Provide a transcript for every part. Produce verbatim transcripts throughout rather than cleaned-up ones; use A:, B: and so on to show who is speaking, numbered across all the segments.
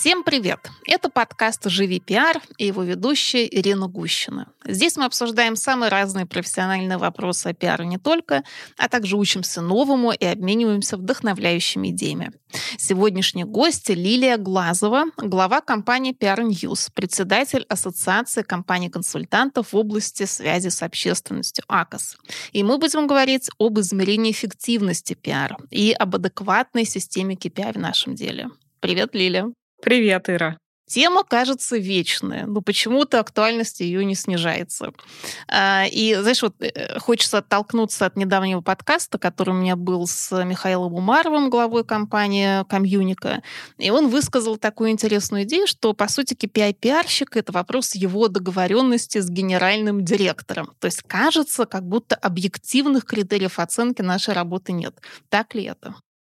A: Всем привет! Это подкаст «Живи пиар» и его ведущая Ирина Гущина. Здесь мы обсуждаем самые разные профессиональные вопросы о пиаре не только, а также учимся новому и обмениваемся вдохновляющими идеями. Сегодняшний гость Лилия Глазова, глава компании пи ар News, председатель Ассоциации компаний-консультантов в области связи с общественностью АКОС. И мы будем говорить об измерении эффективности пиара и об адекватной системе кей пи ай в нашем деле. Привет, Лилия.
B: Привет, Ира.
A: Тема кажется вечная, но почему-то актуальность ее не снижается. И, знаешь, вот хочется оттолкнуться от недавнего подкаста, который у меня был с Михаилом Умаровым, главой компании Комьюника. И он высказал такую интересную идею, что, по сути, кей пи ай-пиарщик — это вопрос его договоренности с генеральным директором. То есть кажется, как будто объективных критериев оценки нашей работы нет. Так ли это?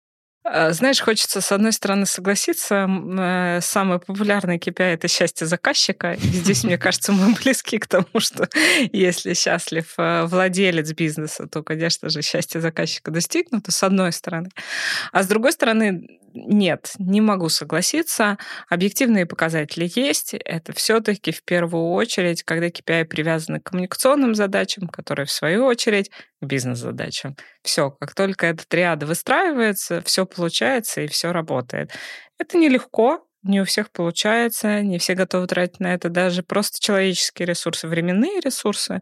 B: Знаешь, хочется, с одной стороны, согласиться. Самый популярный кей пи ай — это счастье заказчика. И здесь, мне кажется, мы близки к тому, что если счастлив владелец бизнеса, то, конечно же, счастье заказчика достигнуто, с одной стороны. А с другой стороны, нет, не могу согласиться. Объективные показатели есть. Это все-таки в первую очередь, когда кей пи ай привязаны к коммуникационным задачам, которые, в свою очередь, к бизнес-задачам. Все, как только эта триада выстраивается, все получается и все работает. Это нелегко, не у всех получается, не все готовы тратить на это даже просто человеческие ресурсы, временные ресурсы.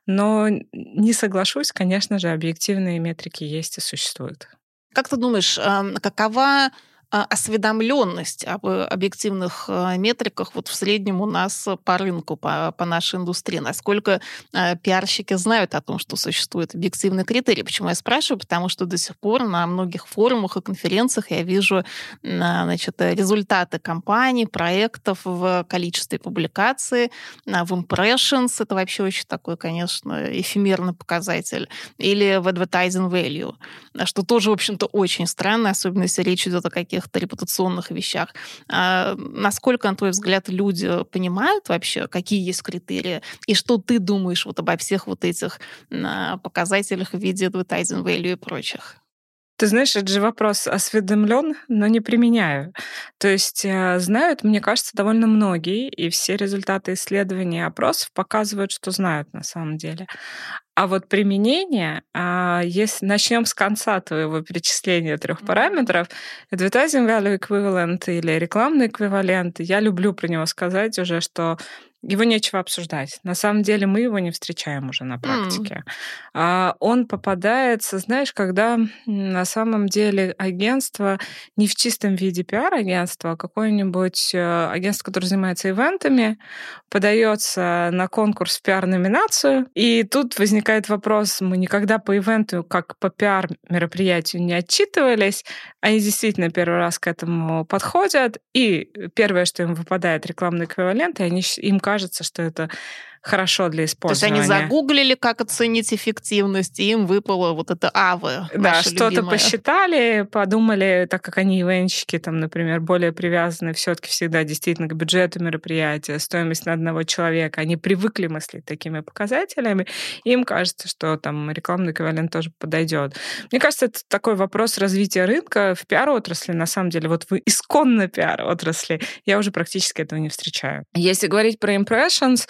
B: Но не соглашусь, конечно же, объективные метрики есть и существуют.
A: Как ты думаешь, какова осведомленность об объективных метриках вот в среднем у нас по рынку, по, по нашей индустрии? Насколько пиарщики знают о том, что существуют объективные критерии? Почему я спрашиваю? Потому что до сих пор на многих форумах и конференциях я вижу, значит, результаты компаний, проектов в количестве публикаций, в impressions. Это вообще очень такой, конечно, эфемерный показатель. Или в advertising value, что тоже, в общем-то, очень странно, особенно если речь идет о каких каких-то репутационных вещах. А насколько, на твой взгляд, люди понимают вообще, какие есть критерии, и что ты думаешь вот обо всех вот этих показателях в виде advertising value и прочих?
B: Ты знаешь, это же вопрос осведомлен, но не применяю. То есть знают, мне кажется, довольно многие, и все результаты исследований и опросов показывают, что знают на самом деле. А вот применение, если начнем с конца твоего перечисления трех параметров, advertising value equivalent или рекламный эквивалент, я люблю про него сказать уже, что его нечего обсуждать. На самом деле мы его не встречаем уже на практике. Mm. Он попадается, знаешь, когда на самом деле агентство не в чистом виде пиар-агентство, а какое-нибудь агентство, которое занимается ивентами, подается на конкурс в пиар-номинацию, и тут возникает вопрос, мы никогда по ивенту, как по пиар-мероприятию не отчитывались, они действительно первый раз к этому подходят, и первое, что им выпадает, рекламный эквивалент, и они, им кажется, что это хорошо для использования.
A: То есть они загуглили, как оценить эффективность, и им выпало вот это АВы.
B: Да, что-то
A: любимое.
B: Посчитали, подумали, так как они ивенщики, там, например, более привязаны все-таки всегда действительно к бюджету мероприятия, стоимость на одного человека, они привыкли мыслить такими показателями, и им кажется, что там рекламный эквивалент тоже подойдет. Мне кажется, это такой вопрос развития рынка в пиар-отрасли, на самом деле. Вот в исконно пиар-отрасли я уже практически этого не встречаю. Если говорить про impressions,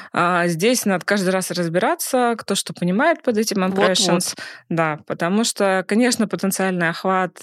B: здесь надо каждый раз разбираться, кто что понимает под этим impressions. Вот-вот. Да, потому что, конечно, потенциальный охват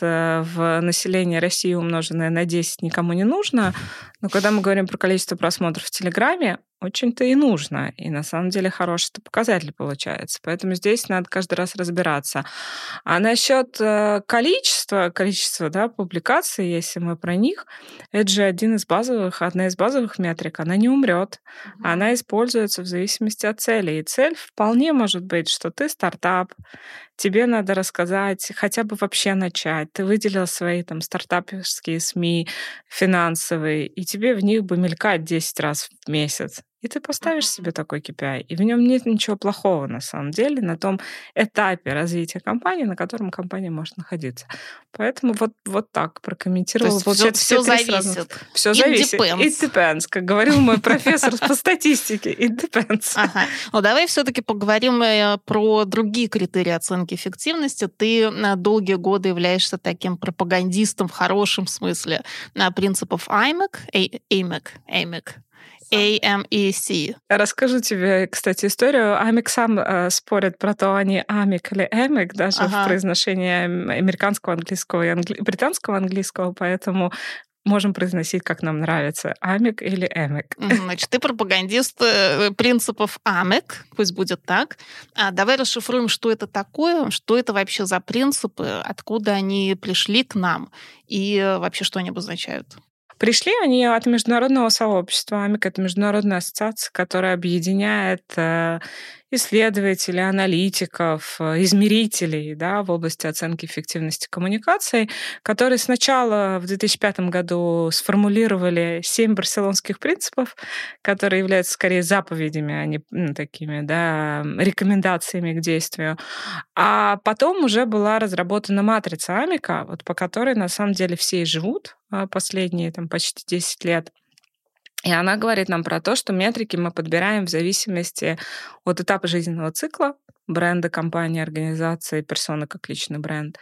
B: в населении России, умноженное на десять, никому не нужно, но когда мы говорим про количество просмотров в Телеграме, очень-то и нужно. И на самом деле хороший-то показатель получается. Поэтому здесь надо каждый раз разбираться. А насчет количества, количества да, публикаций, если мы про них, это же один из базовых, одна из базовых метрик. Она не умрет. Mm-hmm. Она используется в зависимости от цели. И цель вполне может быть, что ты стартап, тебе надо рассказать, хотя бы вообще начать. Ты выделил свои там стартаперские СМИ, финансовые, и тебе в них бы мелькать десять раз в месяц. И ты поставишь себе такой кей пи ай, и в нем нет ничего плохого на самом деле на том этапе развития компании, на котором компания может находиться. Поэтому вот, вот так прокомментировала.
A: То есть все, все зависит.
B: Все
A: It
B: зависит.
A: depends.
B: It depends, как говорил мой профессор по статистике. It depends.
A: Ага. Ну, давай все-таки поговорим про другие критерии оценки эффективности. Ты долгие годы являешься таким пропагандистом в хорошем смысле принципов эй эм и си, эй эм и си, эй эм и си. эй эм и си.
B: Расскажу тебе, кстати, историю. Амик сам э, спорит про то, они Амик или Эмик, даже ага. в произношении американского английского и англи... британского английского, поэтому можем произносить, как нам нравится, Амик или Эмик.
A: Значит, ты пропагандист принципов Амик, пусть будет так. А давай расшифруем, что это такое, что это вообще за принципы, откуда они пришли к нам и вообще, что они обозначают.
B: Пришли они от международного сообщества. Амик — это международная ассоциация, которая объединяет исследователей, аналитиков, измерителей, да, в области оценки эффективности коммуникаций, которые сначала в две тысячи пятом году сформулировали семь барселонских принципов, которые являются скорее заповедями, а не ну, такими, да, рекомендациями к действию. А потом уже была разработана матрица Амика, вот по которой на самом деле все и живут последние там, почти десять лет. И она говорит нам про то, что метрики мы подбираем в зависимости от этапа жизненного цикла бренда, компании, организации, персоны как личный бренд.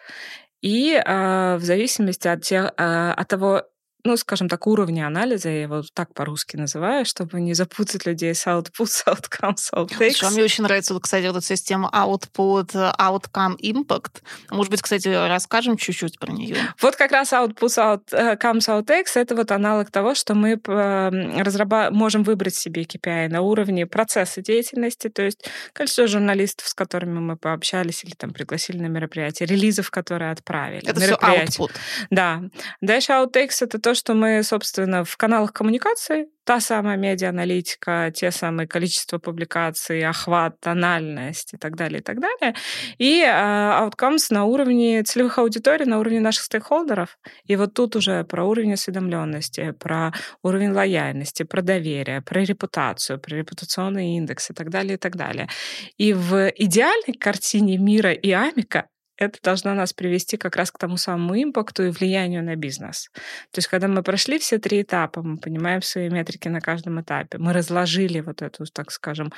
B: И э, в зависимости от, тех, э, от того, ну, скажем так, уровня анализа, я его так по-русски называю, чтобы не запутать людей с outputs, outcomes, outtakes.
A: Мне очень нравится, кстати, вот эта система output, outcome, impact. Может быть, кстати, расскажем чуть-чуть про нее.
B: Вот как раз outputs, outcomes, outtakes — это вот аналог того, что мы разраба- можем выбрать себе кей пи ай на уровне процесса деятельности, то есть количество журналистов, с которыми мы пообщались или там пригласили на мероприятие, релизов, которые отправили.
A: Это все output.
B: Да. Дальше outtakes — это то, что мы, собственно, в каналах коммуникации, та самая медиа-аналитика, те самые количество публикаций, охват, тональность и так далее, и так далее. И uh, outcomes на уровне целевых аудиторий, на уровне наших стейкхолдеров. И вот тут уже про уровень осведомленности, про уровень лояльности, про доверие, про репутацию, про репутационный индекс и так далее, и так далее. И в идеальной картине мира и Амика это должно нас привести как раз к тому самому импакту и влиянию на бизнес. То есть, когда мы прошли все три этапа, мы понимаем свои метрики на каждом этапе, мы разложили вот эту, так скажем,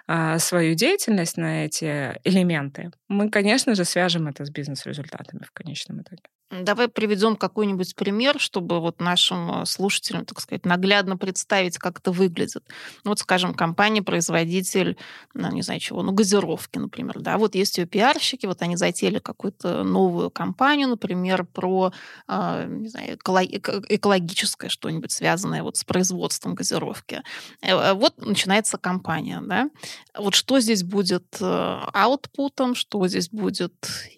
B: свою деятельность на эти элементы, мы, конечно же, свяжем это с бизнес-результатами в конечном итоге.
A: Давай приведем какой-нибудь пример, чтобы вот нашим слушателям, так сказать, наглядно представить, как это выглядит. Ну, вот, скажем, компания-производитель, ну, не знаю чего, ну, газировки, например, да, вот есть ее пиарщики, вот они затеяли какую-то новую кампанию, например, про, э, не знаю, экологическое что-нибудь, связанное вот с производством газировки. Вот начинается кампания, да. Вот что здесь будет аутпутом, что здесь будет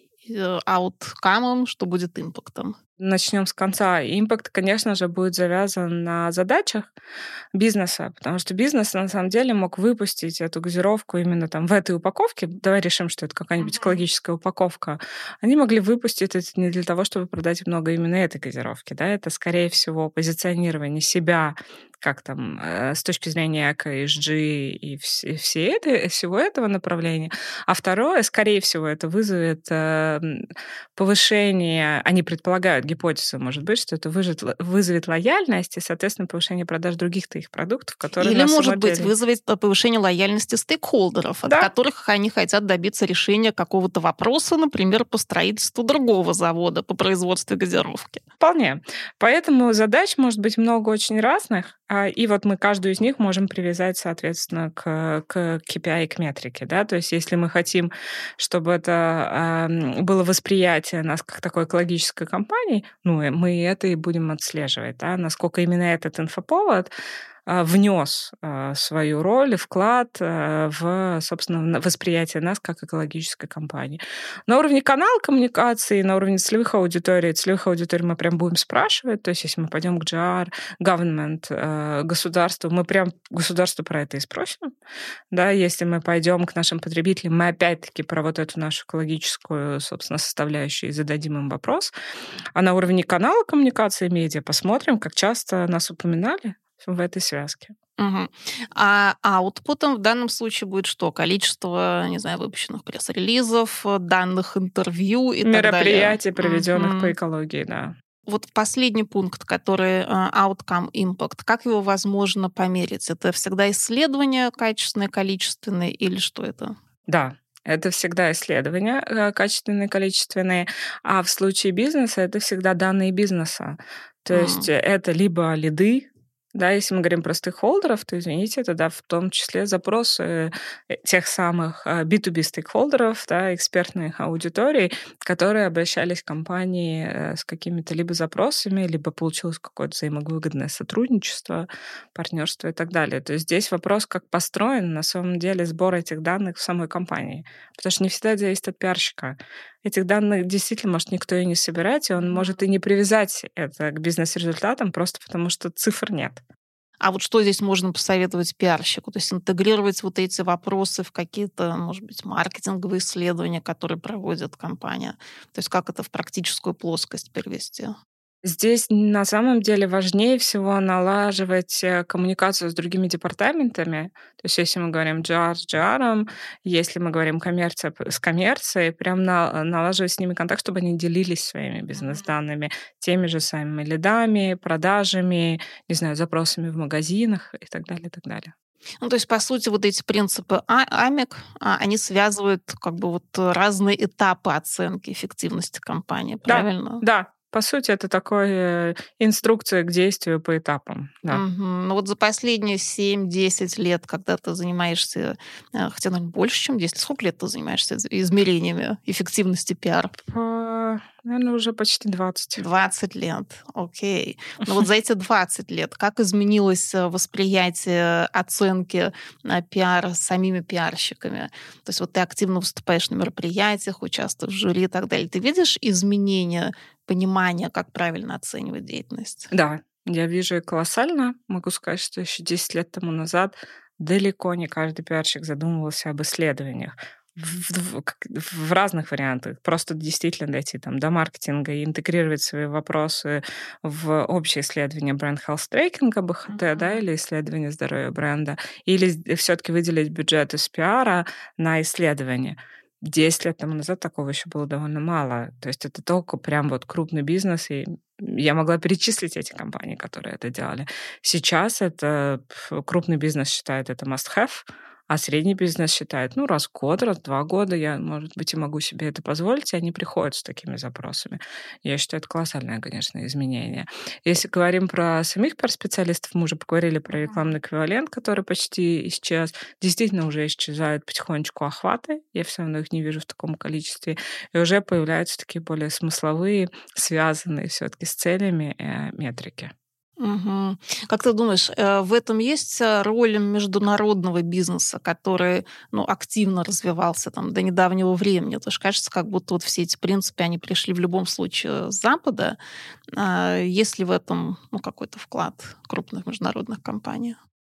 A: ауткамом, что будет импактом?
B: Начнем с конца. Импакт, конечно же, будет завязан на задачах бизнеса, потому что бизнес на самом деле мог выпустить эту газировку именно там в этой упаковке. Давай решим, что это какая-нибудь экологическая упаковка. Они могли выпустить это не для того, чтобы продать много именно этой газировки. Да? Это, скорее всего, позиционирование себя как там с точки зрения эко, и эс джи и все, все это, всего этого направления. А второе, скорее всего, это вызовет повышение, они предполагают, гипотеза может быть, что это вызовет, вызовет лояльность и, соответственно, повышение продаж других-то их продуктов, которые...
A: Или, может быть, вызовет повышение лояльности стейкхолдеров,
B: да.
A: от которых они хотят добиться решения какого-то вопроса, например, по строительству другого завода по производству газировки.
B: Вполне. Поэтому задач может быть много очень разных, и вот мы каждую из них можем привязать, соответственно, к, к кей пи ай, к метрике. Да? То есть если мы хотим, чтобы это э, было восприятие нас как такой экологической компании, ну, мы это и будем отслеживать, да? Насколько именно этот инфоповод внес свою роль и вклад в, собственно, восприятие нас как экологической компании. На уровне канала коммуникации, на уровне целевых аудиторий, целевых аудиторий мы прям будем спрашивать, то есть если мы пойдем к джи ар, government, государству, мы прям государству про это и спросим. Да, если мы пойдем к нашим потребителям, мы опять-таки про вот эту нашу экологическую, собственно, составляющую и зададим им вопрос. А на уровне канала коммуникации медиа посмотрим, как часто нас упоминали в этой связке.
A: Мгм. А аутпутом в данном случае будет что? Количество, не знаю, выпущенных пресс-релизов, э, данных интервью и так далее?
B: Мероприятий, проведенных по
A: Мгм.
B: экологии, да.
A: Вот последний пункт, который, э, outcome impact, как его возможно померить? Это всегда исследования качественные, количественные или что это?
B: Да, это всегда исследования, э, качественные, количественные, а в случае бизнеса это всегда данные бизнеса. То есть
A: М.
B: э, это либо лиды, да, если мы говорим про стейкхолдеров, то, извините, это, да, в том числе запросы э, тех самых э, би ту би стейкхолдеров, да, экспертных аудиторий, которые обращались к компании э, с какими-то либо запросами, либо получилось какое-то взаимовыгодное сотрудничество, партнерство и так далее. То есть здесь вопрос, как построен на самом деле сбор этих данных в самой компании. Потому что не всегда это зависит от пиарщика. Этих данных действительно может никто и не собирать, и он может и
A: Мгм.
B: не привязать это к бизнес-результатам просто потому, что цифр нет.
A: А вот что здесь можно посоветовать пиарщику? То есть интегрировать вот эти вопросы в какие-то, может быть, маркетинговые исследования, которые проводит компания? То есть как это в практическую плоскость перевести?
B: Здесь на самом деле важнее всего налаживать э, коммуникацию с другими департаментами. То есть если мы говорим джи ар с джи ар, если мы говорим коммерция п- с коммерцией, прям на- налаживать с ними контакт, чтобы они делились своими
A: Мгм.
B: бизнес-данными, теми же самыми лидами, продажами, не знаю, запросами в магазинах и так далее, и так далее.
A: Ну, то есть, по сути, вот эти принципы А- АМИК, а, они связывают как бы вот разные этапы оценки эффективности компании,
B: Да,
A: правильно?
B: да, по сути, это такой э, инструкция к действию по этапам, да.
A: Мгм. Ну вот за последние семь-десять лет, когда ты занимаешься, э, хотя, наверно, больше, чем десять, сколько лет ты занимаешься из измерениями эффективности пиара?
B: Наверное, уже почти двадцать.
A: двадцать лет, окей. Но вот за эти двадцать лет как изменилось, э, восприятие оценки, а, пиара самими пиарщиками? То есть вот ты активно выступаешь на мероприятиях, участвуешь в жюри и так далее. Ты видишь изменения понимания, как правильно оценивать деятельность?
B: Да, я вижу и колоссально. Могу сказать, что еще десять лет тому назад далеко не каждый пиарщик задумывался об исследованиях. В, в- как- в разных вариантах. Просто действительно дойти там, до маркетинга и интегрировать свои вопросы в общее исследование бренд health трекинга, бэ ха тэ, да,
A: Мгм.
B: или исследование здоровья бренда, или все-таки выделить бюджет из пиара на исследование. Десять лет тому назад такого еще было довольно мало. То есть это только прям вот крупный бизнес, и я могла перечислить эти компании, которые это делали. Сейчас это пф, крупный бизнес считает это must have, а средний бизнес считает, ну, раз в год, раз в два года я, может быть, и могу себе это позволить, и они приходят с такими запросами. Я считаю, это колоссальное, конечно, изменение. Если говорим про самих пиар-специалистов, мы уже поговорили про
A: Мгм.
B: рекламный эквивалент, который почти исчез. Действительно, уже исчезают потихонечку охваты. Я все равно их не вижу в таком количестве. И уже появляются такие более смысловые, связанные все-таки с целями э, метрики.
A: Мгм. Как ты думаешь, э, в этом есть, э, роль международного бизнеса, который, ну, активно развивался там до недавнего времени? Потому что кажется, как будто вот все эти принципы, они пришли в любом случае с Запада. А, есть ли в этом, ну, какой-то вклад крупных международных компаний?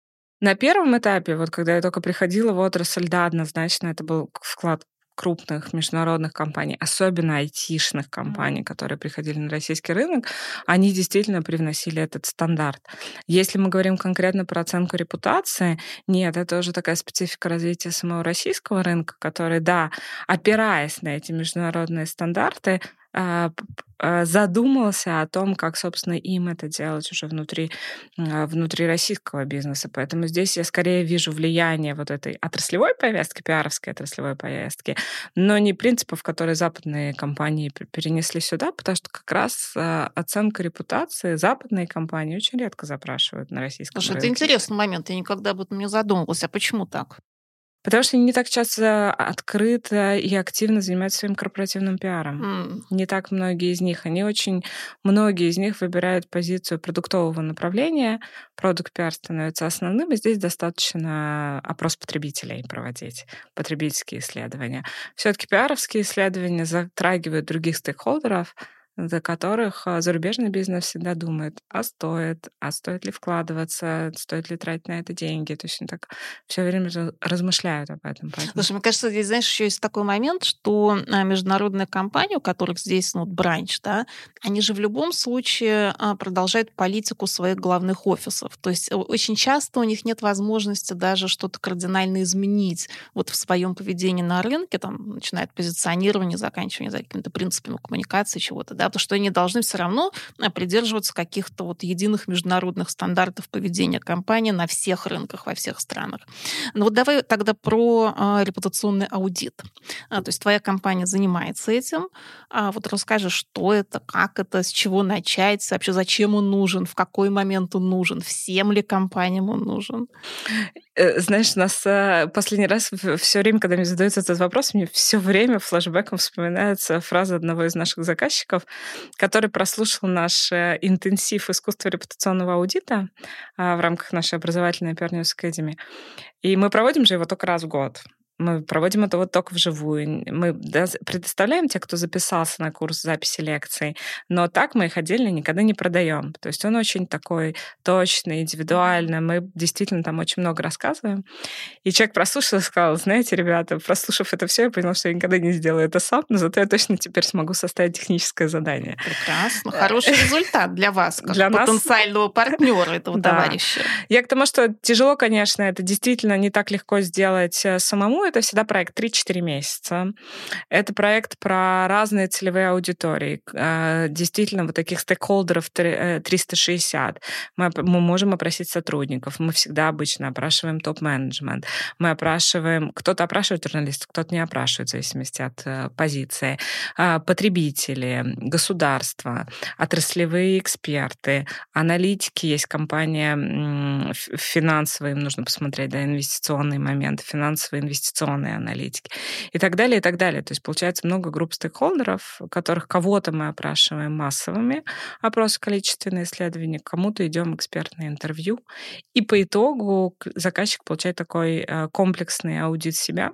B: На первом этапе, вот когда я только приходила в отрасль, да, однозначно это был к- вклад крупных международных компаний, особенно айтишных компаний, которые приходили на российский рынок, они действительно привносили этот стандарт. Если мы говорим конкретно про оценку репутации, нет, это уже такая специфика развития самого российского рынка, который, да, опираясь на эти международные стандарты, а, п- п- а, задумался о том, как, собственно, им это делать уже внутри а, внутри российского бизнеса. Поэтому здесь я скорее вижу влияние вот этой отраслевой повестки, пиаровской отраслевой повестки, но не принципов, которые западные компании п- перенесли сюда, потому что как раз а, оценка репутации западные компании очень редко запрашивают на российском
A: Слушай, это
B: рынке.
A: интересный момент. Я никогда об этом не задумывалась. А почему так?
B: Потому что они не так часто открыто и активно занимаются своим корпоративным пиаром.
A: М.
B: Не так многие из них. Они очень многие из них выбирают позицию продуктового направления. Продукт-пиар становится основным, и здесь достаточно опрос потребителей проводить, потребительские исследования. Все таки пиаровские исследования затрагивают других стейкхолдеров, за которых а, зарубежный бизнес всегда думает, а стоит, а стоит ли вкладываться, стоит ли тратить на это деньги. То есть они так все время раз- размышляют об этом. Поэтому...
A: Слушай, мне кажется, здесь, знаешь, еще есть такой момент, что а, международные компании, у которых здесь ну, вот бранч, да, они же в любом случае а, продолжают политику своих главных офисов. То есть о- очень часто у них нет возможности даже что-то кардинально изменить вот в своем поведении на рынке, там, начиная от позиционирования, заканчивая, не знаю, какими-то принципами коммуникации, чего-то, да, потому что они должны все равно а, придерживаться каких-то вот единых международных стандартов поведения компании на всех рынках, во всех странах. Ну вот давай тогда про а, репутационный аудит. А, то есть твоя компания занимается этим. А, вот расскажи, что это, как это, с чего начать, вообще зачем он нужен, в какой момент он нужен, всем ли компаниям он нужен?
B: Э, Знаешь, у нас э, последний раз все время, когда мне задается этот вопрос, мне все время флешбеком вспоминается фраза одного из наших заказчиков, который прослушал наш э, интенсив искусства репутационного аудита а, в рамках нашей образовательной Pernius Academy. И мы проводим же его только раз в год. Мы проводим это вот только вживую. Мы да, предоставляем тех, кто записался на курс записи лекций, но так мы их отдельно никогда не продаем. То есть он очень такой точный, индивидуальный. Мы действительно там очень много рассказываем. И человек прослушал и сказал, знаете, ребята, прослушав это все, я понял, что я никогда не сделаю это сам, но зато я точно теперь смогу составить техническое задание.
A: Прекрасно. Хороший результат для вас, как
B: Для нас,
A: потенциального партнера этого
B: да.
A: товарища.
B: Я к тому, что тяжело, конечно, это действительно не так легко сделать э, самому. Это всегда проект три-четыре месяца. Это проект про разные целевые аудитории. Э, Действительно, вот таких стейкхолдеров три- э, триста шестьдесят. Мы, оп- мы можем опросить сотрудников. Мы всегда обычно опрашиваем топ-менеджмент. Мы опрашиваем... Кто-то опрашивает журналистов, кто-то не опрашивает, в зависимости от э, позиции. А, Потребители, государства, отраслевые эксперты, аналитики. Есть компания м, ф- финансовые, им нужно посмотреть, да, инвестиционные моменты, финансовые инвестиционные аналитики и так далее, и так далее. То есть получается много групп стейкхолдеров, которых кого-то мы опрашиваем массовыми, опросы количественные исследования, к кому-то идем экспертное интервью. И по итогу к- заказчик получает такой э, комплексный аудит себя,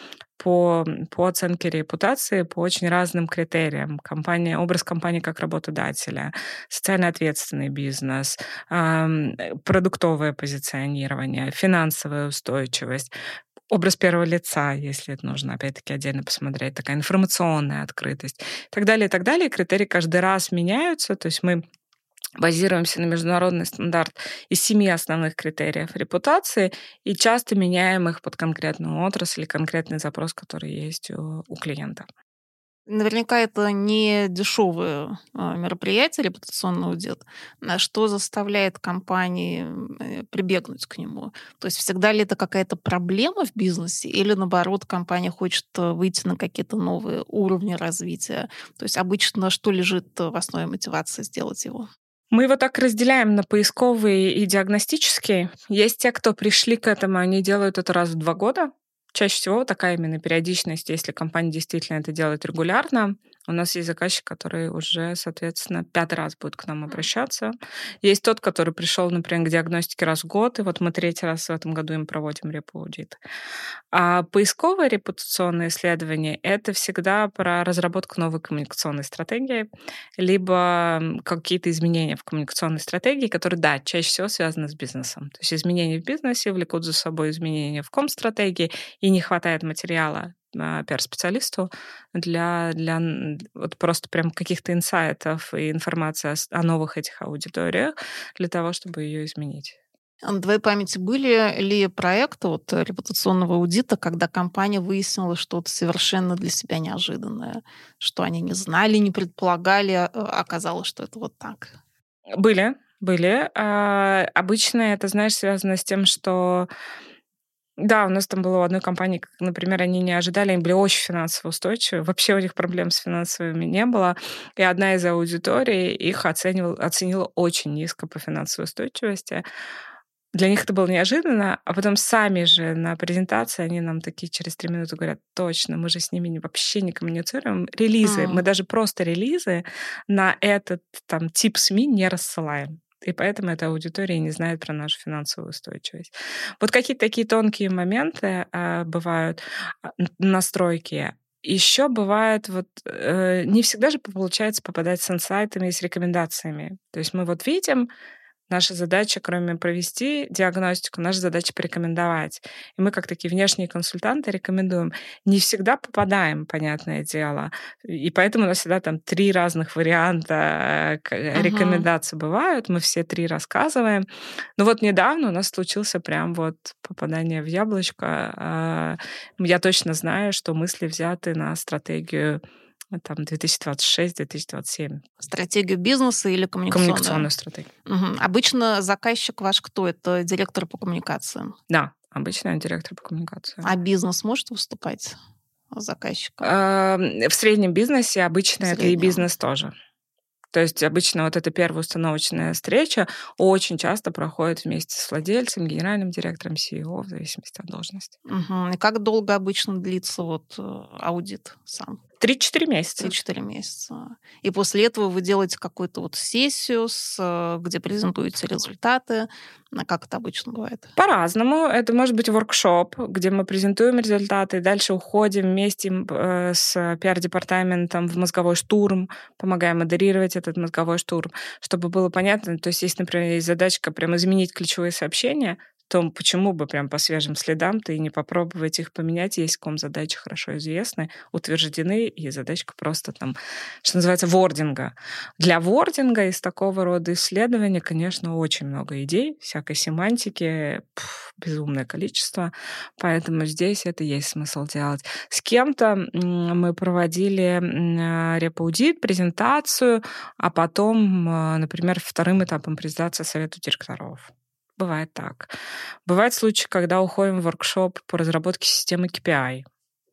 B: по, по оценке репутации по очень разным критериям. Компания, образ компании как работодателя, социально ответственный бизнес, ам, э, продуктовое позиционирование, финансовая устойчивость, образ первого лица, если это нужно, опять-таки, отдельно посмотреть, такая информационная открытость и так далее, и так далее. Критерии каждый раз меняются, то есть мы базируемся на международный стандарт из семи основных критериев репутации и часто меняем их под конкретную отрасль или конкретный запрос, который есть у, у клиента.
A: Наверняка это не дешевое а, мероприятие, репутационный аудит. А что заставляет компании э, прибегнуть к нему? То есть всегда ли это какая-то проблема в бизнесе или, наоборот, компания хочет э, выйти на какие-то новые уровни развития? То есть обычно что лежит э, в основе мотивации сделать его?
B: Мы его так разделяем на поисковый и диагностический. Есть те, кто пришли к этому, они делают это раз в два года. Чаще всего такая именно периодичность, если компания действительно это делает регулярно. У нас есть заказчик, который уже, соответственно, пятый раз будет к нам обращаться. Есть тот, который пришел, например, к диагностике раз в год, и вот мы третий раз в этом году им проводим репо-аудит. А поисковое репутационное исследование — это всегда про разработку новой коммуникационной стратегии, либо м, какие-то изменения в коммуникационной стратегии, которые, да, чаще всего связаны с бизнесом. То есть изменения в бизнесе влекут за собой изменения в ком-стратегии, и не хватает материала а, пиар-специалисту для, для н- вот просто прям каких-то инсайтов и информации о, с- о новых этих аудиториях для того, чтобы ее изменить.
A: А на твоей памяти были ли проекты вот, э, репутационного аудита, когда компания выяснила что-то совершенно для себя неожиданное, что они не знали, не предполагали, а а оказалось, что это вот так?
B: Были, были. А, Обычно это, знаешь, связано с тем, что да, у нас там было у одной компании, как, например, они не ожидали, они были очень финансово устойчивы. Вообще у них проблем с финансовыми не было. И одна из аудиторий их оценивала, оценила очень низко по финансовой устойчивости. Для них это было неожиданно, а потом сами же на презентации они нам такие через три минуты говорят: точно, мы же с ними не- вообще не коммуницируем. Релизы, мы
A: М.
B: даже просто релизы на этот там тип СМИ не рассылаем. И поэтому эта аудитория не знает про нашу финансовую устойчивость. Вот какие-то такие тонкие моменты а, бывают, а, н- настройки. Еще бывает, вот э, не всегда же получается попадать с инсайтами и с рекомендациями. То есть мы вот видим, наша задача, кроме провести диагностику, наша задача порекомендовать. И мы, как такие внешние консультанты, рекомендуем. Не всегда попадаем, понятное дело. И поэтому у нас всегда там три разных варианта
A: Мгм.
B: рекомендаций бывают. Мы все три рассказываем. Но вот недавно у нас случился прям вот попадание в яблочко. А, Я точно знаю, что мысли взяты на стратегию а, там две тысячи двадцать шесть - две тысячи двадцать семь.
A: Стратегию бизнеса или коммуникационную?
B: Коммуникационную стратегию.
A: Мгм. Обычно заказчик ваш кто? Это директор по коммуникациям.
B: Да, обычно я директор по коммуникации.
A: А бизнес может выступать заказчиком?
B: А, В среднем бизнесе обычно
A: В
B: это и
A: среднем.
B: бизнес тоже. То есть обычно вот эта первая установочная встреча очень часто проходит вместе с владельцем, генеральным директором, си и о, в зависимости от должности.
A: Мгм. И как долго обычно длится вот э, аудит сам?
B: Три-четыре месяца.
A: Три-четыре месяца. И после этого вы делаете какую-то вот сессию, с, э, где презентуете результаты. А как это обычно бывает?
B: По-разному. Это может быть воркшоп, где мы презентуем результаты, и дальше уходим вместе э, с пиар-департаментом в мозговой штурм, помогаем модерировать этот мозговой штурм, чтобы было понятно. То есть, если, например, есть задачка прям изменить ключевые сообщения, то почему бы прям по свежим следам-то и не попробовать их поменять, есть ком задачи хорошо известны, утверждены, и задачка просто там, что называется, вординга. Для вординга из такого рода исследования, конечно, очень много идей, всякой семантики, пф, безумное количество, поэтому здесь это есть смысл делать. С кем-то м, мы проводили м, репаудит, презентацию, а потом, м, например, вторым этапом презентации совету директоров. Бывает так. Бывают случаи, когда уходим в воркшоп по разработке системы кей пи ай.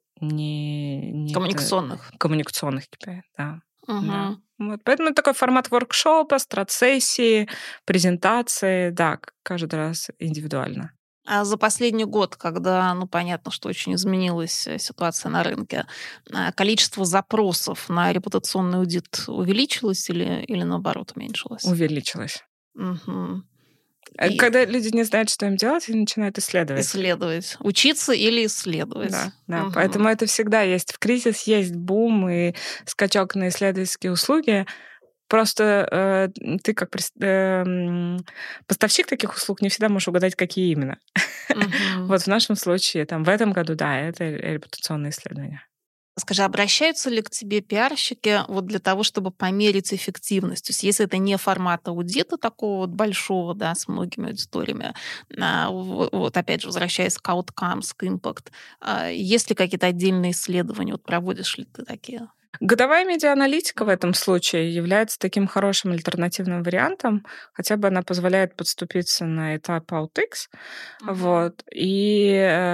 B: Не, не это-
A: Коммуникационных.
B: коммуникационных кей пи ай, да. да.
A: Мгм.
B: Вот. Поэтому это такой формат воркшопа, страт-сессии, презентации. Да, к- каждый раз индивидуально.
A: А за последний год, когда, ну, понятно, что очень изменилась э, ситуация на рынке, а, количество запросов на репутационный аудит увеличилось или, или наоборот уменьшилось?
B: Увеличилось.
A: Мгм.
B: Э,
A: И
B: Когда люди не знают, что им делать, они начинают исследовать.
A: исследовать. Учиться или исследовать.
B: Да, да.
A: Мгм.
B: Поэтому это всегда есть. В кризис есть бум и скачок на исследовательские услуги. Просто э, ты как прис- э, м, поставщик таких услуг не всегда можешь угадать, какие именно.
A: Мгм.
B: Вот в нашем случае, там, в этом году, да, это репутационные исследования.
A: Скажи, обращаются ли к тебе пиарщики вот для того, чтобы померить эффективность? То есть если это не формат аудита такого вот большого, да, с многими аудиториями, а, в- вот опять же, возвращаясь к outcomes, к impact, а, есть ли какие-то отдельные исследования? Вот проводишь ли ты такие?
B: Годовая медиааналитика в этом случае является таким хорошим альтернативным вариантом, хотя бы она позволяет подступиться на этап OutX,
A: Мгм.
B: вот, и,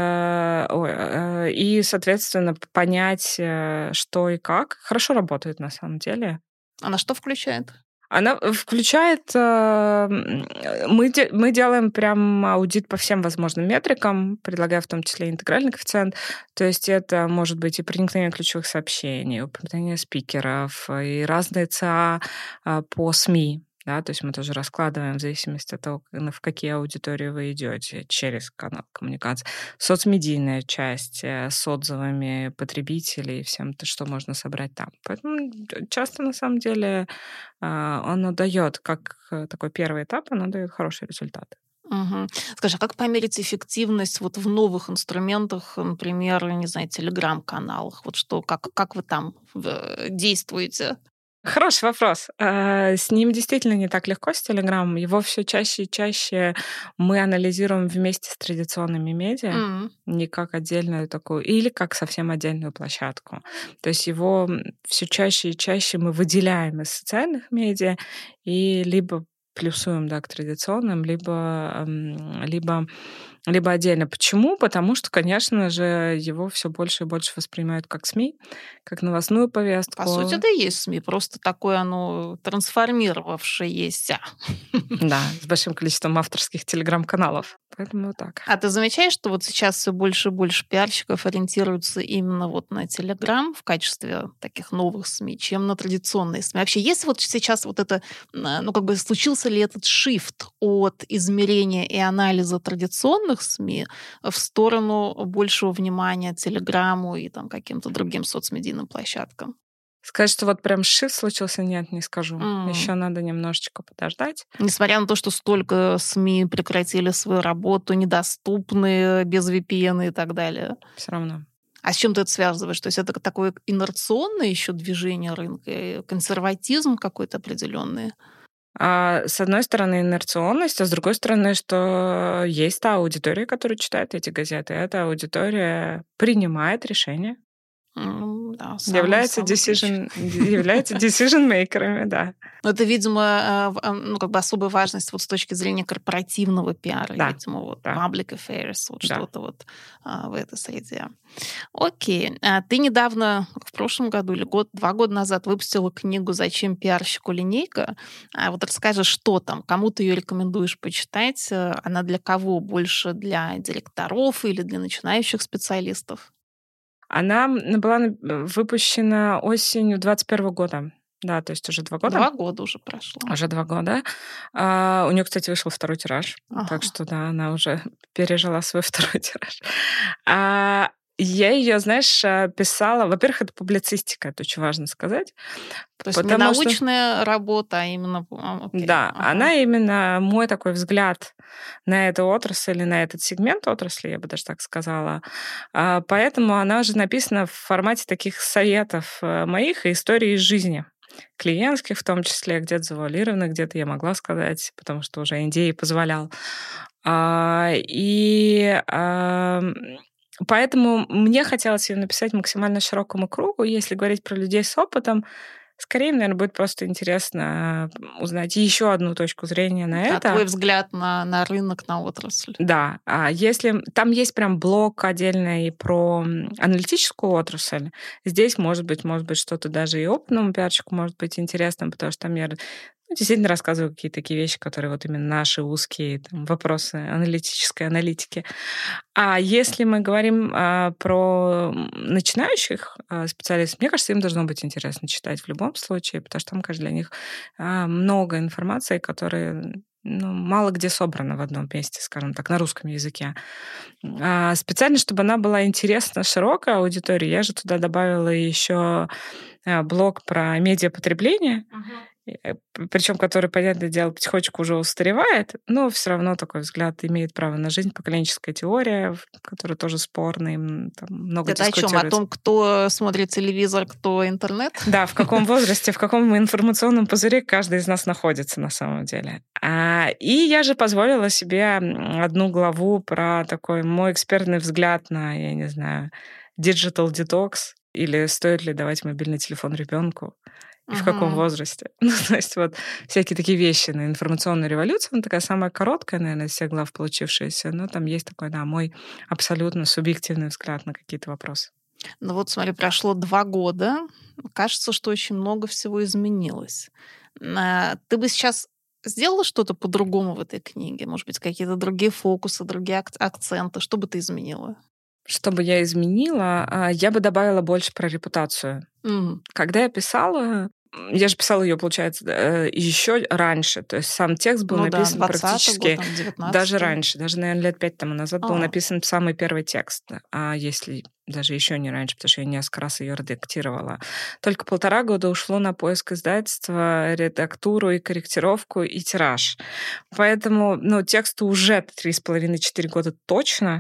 B: э, ой, э, и, соответственно, понять, э, что и как. Хорошо работает на самом деле.
A: Она что включает?
B: Она э, включает, э, м, э, мы, де- мы делаем прям аудит по всем возможным метрикам, предлагая в том числе интегральный коэффициент. То есть это может быть и проникновение ключевых сообщений, упоминание спикеров, и разные ЦА а, по СМИ. Да, то есть мы тоже раскладываем в зависимости от того, к- на- в какие аудитории вы идете через канал коммуникации. Соцмедийная часть э, с отзывами потребителей и всем, то, что можно собрать там. Поэтому д- часто на самом деле а, оно дает, как э, такой первый этап, оно дает хорошие результаты.
A: Мгм. Скажи, а как померить эффективность вот в новых инструментах, например, не знаю, телеграм-каналах? Вот что, как, как вы там э, действуете?
B: Хороший вопрос. А, С ним действительно не так легко, с Telegram. Его все чаще и чаще мы анализируем вместе с традиционными медиа,
A: М.
B: не как отдельную такую, или как совсем отдельную площадку. То есть его все чаще и чаще мы выделяем из социальных медиа и либо плюсуем, да, к традиционным, либо, м, либо, либо отдельно. Почему? Потому что, конечно же, его все больше и больше воспринимают как СМИ, как новостную повестку.
A: По сути, это и есть СМИ, просто такое оно трансформировавшееся.
B: Да, с большим количеством авторских телеграм-каналов. Поэтому вот так.
A: А ты замечаешь, что вот сейчас все больше и больше пиарщиков ориентируются именно вот на Телеграм в качестве таких новых СМИ, чем на традиционные СМИ? Вообще, есть вот сейчас вот это, м, ну, как бы случился начался ли этот шифт от измерения и анализа традиционных СМИ в сторону большего внимания Телеграму и там, каким-то другим соцмедийным площадкам?
B: Сказать, что вот прям шифт случился, нет, не скажу.
A: М.
B: Еще надо немножечко подождать.
A: Несмотря на то, что столько СМИ прекратили свою работу, недоступны, без ви пи эн и так далее.
B: Все равно.
A: А с чем ты это связываешь? То есть это такое инерционное еще движение рынка, и консерватизм какой-то определенный?
B: А, с одной стороны, инерционность, а с другой стороны, что есть та аудитория, которая читает эти газеты. Эта аудитория принимает решения.
A: М, да, самый-
B: Является
A: самый ключ.
B: decision, является decision-мейкерами, да.
A: Но это, видимо, э, в- э, ну, как бы особая важность вот с точки зрения корпоративного пиара,
B: Да,
A: видимо, вот
B: да.
A: public affairs, вот
B: Да.
A: что-то вот а, в этой среде. Окей. А ты недавно, в прошлом году или год, два года назад выпустила книгу «Зачем пиарщику линейка?». А вот расскажи, что там, кому ты ее рекомендуешь почитать? Э, Она для кого? Больше для директоров или для начинающих специалистов?
B: Она м, была на- выпущена осенью двадцать первого года. Да, то есть уже два года.
A: Два года уже прошло.
B: Уже два года. А, у нее, кстати, вышел второй тираж.
A: Ага.
B: Так что, да, она уже пережила свой второй тираж. А, я ее, знаешь, а, писала... Во-первых, это публицистика, это очень важно сказать.
A: То есть не
B: Потому что-
A: научная работа, а именно... а, окей,
B: Да,
A: ага.
B: она именно мой такой взгляд на эту отрасль, на этот сегмент отрасли, я бы даже так сказала. А, Поэтому она же написана в формате таких советов э, моих и историй из жизни. Клиентских в том числе, где-то завуалированных, где-то я могла сказать, потому что уже эн ди эй позволял. А, И ам, поэтому мне хотелось ее написать максимально широкому кругу. Если говорить про людей с опытом, скорее, наверное, будет просто интересно узнать еще одну точку зрения на
A: А
B: это.
A: твой взгляд на, на рынок, на отрасль?
B: Да, а если там есть прям блок отдельный про м, аналитическую отрасль, здесь может быть, может быть, что-то даже и опытному пиарщику может быть интересным, потому что там я ну, действительно рассказываю какие-то такие вещи, которые вот именно наши узкие там, вопросы аналитической аналитики. А если мы говорим а, про м, начинающих а, специалистов, мне кажется, им должно быть интересно читать в любом случае, потому что там, конечно, для них а, много информации, которая ну, мало где собрана в одном месте, скажем так, на русском языке. А, специально, чтобы она была интересна широкой аудитории, я же туда добавила еще блог про медиапотребление, причем который, понятное дело, потихонечку уже устаревает, но все равно такой взгляд имеет право на жизнь, поколенческая теория, в- которая тоже спорная, м, там много
A: Это о чем? О
B: дискутируется.
A: том, кто смотрит телевизор, кто интернет?
B: Да, в каком возрасте, в каком информационном пузыре каждый из нас находится на самом деле. А, И я же позволила себе м, одну главу про такой мой экспертный взгляд на, я не знаю, digital detox или стоит ли давать мобильный телефон ребенку и в каком
A: Мгм.
B: возрасте. Ну, то есть вот всякие такие вещи на информационную революцию. Она такая самая короткая, наверное, из всех глав получившаяся, но там есть такой, да, мой абсолютно субъективный взгляд на какие-то вопросы.
A: Ну вот смотри, прошло два года. Кажется, что очень много всего изменилось. А, Ты бы сейчас сделала что-то по-другому в этой книге? Может быть, какие-то другие фокусы, другие ак- акценты? Что бы ты изменила?
B: Что бы я изменила, а, я бы добавила больше про репутацию.
A: М,
B: Когда я писала, м, я же писала ее, получается, еще раньше. То есть сам текст был
A: Ну да,
B: написан
A: двадцатый год,
B: практически
A: там,
B: даже
A: девятнадцатый.
B: раньше, даже, наверное, лет пять тому назад был
A: А.
B: написан самый первый текст. А если даже еще не раньше, потому что я несколько раз ее редактировала. Только полтора года ушло на поиск издательства, редактуру и корректировку и тираж. Поэтому, ну, тексту уже три с половиной-четыре года точно.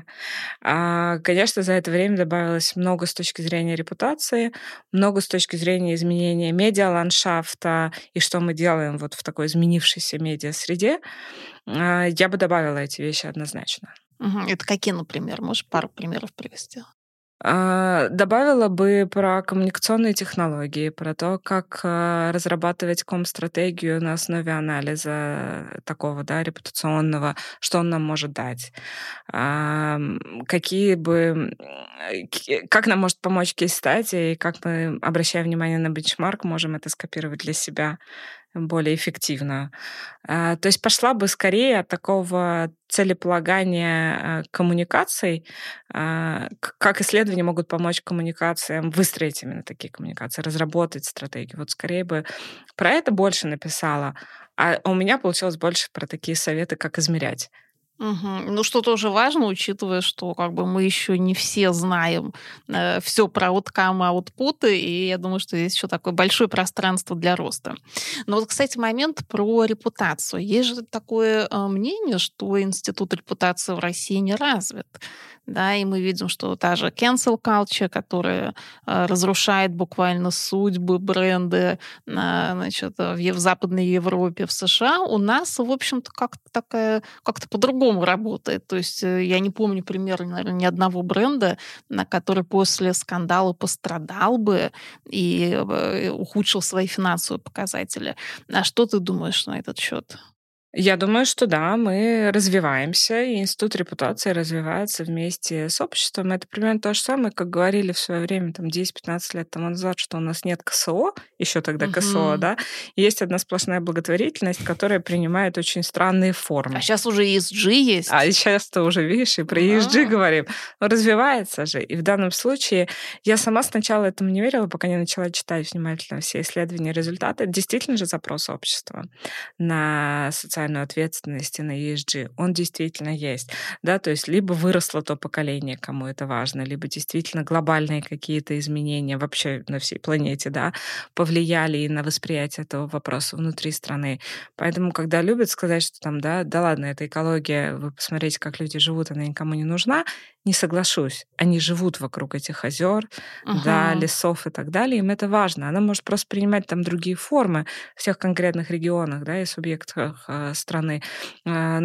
B: А, конечно, за это время добавилось много с точки зрения репутации, много с точки зрения изменения медиаландшафта и что мы делаем вот в такой изменившейся медиасреде. А, Я бы добавила эти вещи однозначно.
A: Мгм. Это какие, например? Можешь пару примеров привести?
B: А, Добавила бы про коммуникационные технологии, про то, как а, разрабатывать ком-стратегию на основе анализа такого, да, репутационного, что он нам может дать. Ам, Какие бы... м, ки- Как нам может помочь кейс-стадия, и как мы, обращая внимание на бенчмарк, можем это скопировать для себя более эффективно. А, То есть пошла бы скорее от такого целеполагания а, коммуникаций, а, к- как исследования могут помочь коммуникациям выстроить именно такие коммуникации, разработать стратегию. Вот скорее бы про это больше написала. А у меня получилось больше про такие советы, как измерять.
A: Мгм. Ну, что тоже важно, учитывая, что как бы мы еще не все знаем э, все про outcome и аутпуты, и я думаю, что здесь еще такое большое пространство для роста. Но вот, кстати, момент про репутацию. Есть же такое э, мнение, что институт репутации в России не развит. Да, и мы видим, что та же cancel culture, которая э, разрушает буквально судьбы, бренды на, значит, э, в, Е- в Западной Европе, в США, у нас, в общем-то, как-то такая как-то по-другому работает. То есть э, я не помню примерно, наверное, ни одного бренда, на который после скандала пострадал бы и э, ухудшил свои финансовые показатели. А что ты думаешь на этот счет?
B: Я думаю, что да, мы развиваемся, и институт репутации развивается вместе с обществом. Это примерно то же самое, как говорили в свое время, там, десять-пятнадцать лет тому назад, что у нас нет КСО, еще тогда КСО,
A: Мгм.
B: да, есть одна сплошная благотворительность, которая принимает очень странные
A: А
B: формы.
A: сейчас уже и эс джи
B: А
A: есть.
B: сейчас ты уже видишь, и про и эс джи
A: Да.
B: говорим. Но развивается же. И в данном случае я сама сначала этому не верила, пока не начала читать внимательно все исследования и результаты. Это действительно же запрос общества на социальную ответственность и на и эс джи. Он действительно есть. Да, то есть либо выросло то поколение, кому это важно, либо действительно глобальные какие-то изменения вообще на всей планете, да, повлияли и на восприятие этого вопроса внутри страны. Поэтому, когда любят сказать, что там, да, да ладно, это экология, вы посмотрите, как люди живут, она никому не нужна, не соглашусь. Они живут вокруг этих озер, да,
A: Мгм.
B: лесов и так далее, им это важно. Она может просто принимать там другие формы в всех конкретных регионах, да, и субъектах э, страны, Э,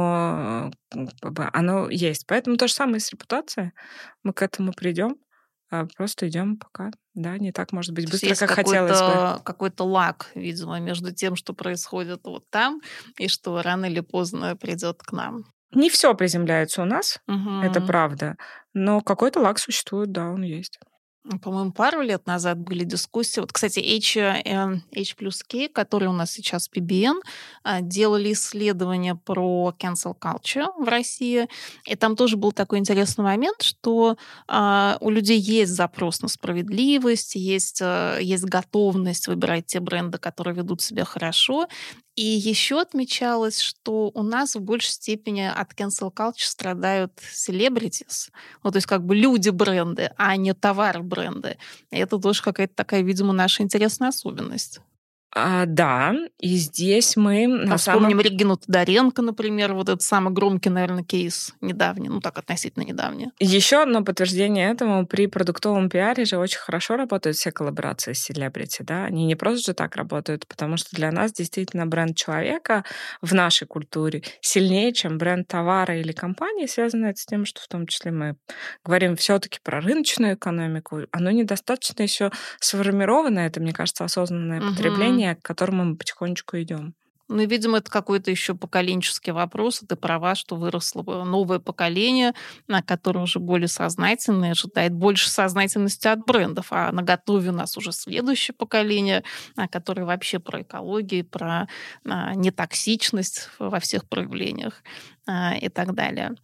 B: но э, как бы оно есть. Поэтому то же самое с репутацией. Мы к этому придем, а просто идем пока, да, не так, может быть,
A: То есть
B: быстро,
A: есть
B: как хотелось бы.
A: какой-то какой-то лаг, видимо, между тем, что происходит вот там, и что рано или поздно придет к нам.
B: Не все приземляется у нас, это
A: Мгм.
B: правда, но какой-то лаг существует, да, он есть.
A: М, По-моему, пару лет назад были дискуссии. Вот, кстати, H, э, H плюс K, который у нас сейчас пи би эн, а, делали исследования про cancel culture в России. И там тоже был такой интересный момент, что а, у людей есть запрос на справедливость, есть, э, есть готовность выбирать те бренды, которые ведут себя хорошо. И еще отмечалось, что у нас в большей степени от cancel culture страдают celebrities, ну, то есть как бы люди-бренды, а не товары-бренды. И это тоже какая-то такая, видимо, наша интересная особенность.
B: А, да, и здесь мы
A: Там
B: на
A: вспомним
B: самом
A: Регину Тодоренко, например, вот этот самый громкий, наверное, кейс недавний, ну так, относительно недавний.
B: Еще одно подтверждение этому: при продуктовом пиаре же очень хорошо работают все коллаборации с селебрити, да. Они не просто же так работают, потому что для нас действительно бренд человека в нашей культуре сильнее, чем бренд товара или компании. Связано это с тем, что в том числе мы говорим все таки про рыночную экономику. Оно недостаточно еще сформировано, это, мне кажется, осознанное
A: Мгм.
B: потребление, к которому мы потихонечку идем.
A: Ну, и, видимо, это какой-то еще поколенческий вопрос. И ты права, что выросло бы новое поколение, на которое уже более сознательное, ожидает больше сознательности от брендов. А на готове у нас уже следующее поколение, а, которое вообще про экологию, про а, нетоксичность во всех проявлениях а, и так далее.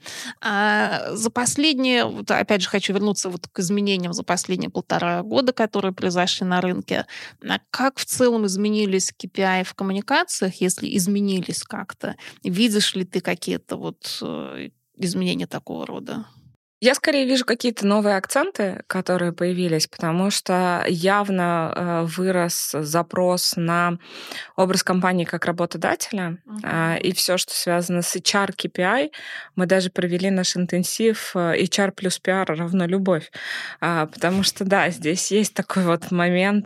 A: А, за последние, вот опять же, хочу вернуться вот к изменениям за последние полтора года, которые произошли на рынке. А как в целом изменились кей пи ай в коммуникациях, если изменились как-то? Видишь ли ты какие-то вот э, изменения такого рода?
B: Я скорее вижу какие-то новые акценты, которые появились, потому что явно э, вырос запрос на образ компании как работодателя, а, и
A: Мгм.
B: все, что связано с эйч ар кей пи ай. Мы даже провели наш интенсив э, эйч ар плюс пиар равно любовь. А, потому что, да, здесь есть такой вот момент,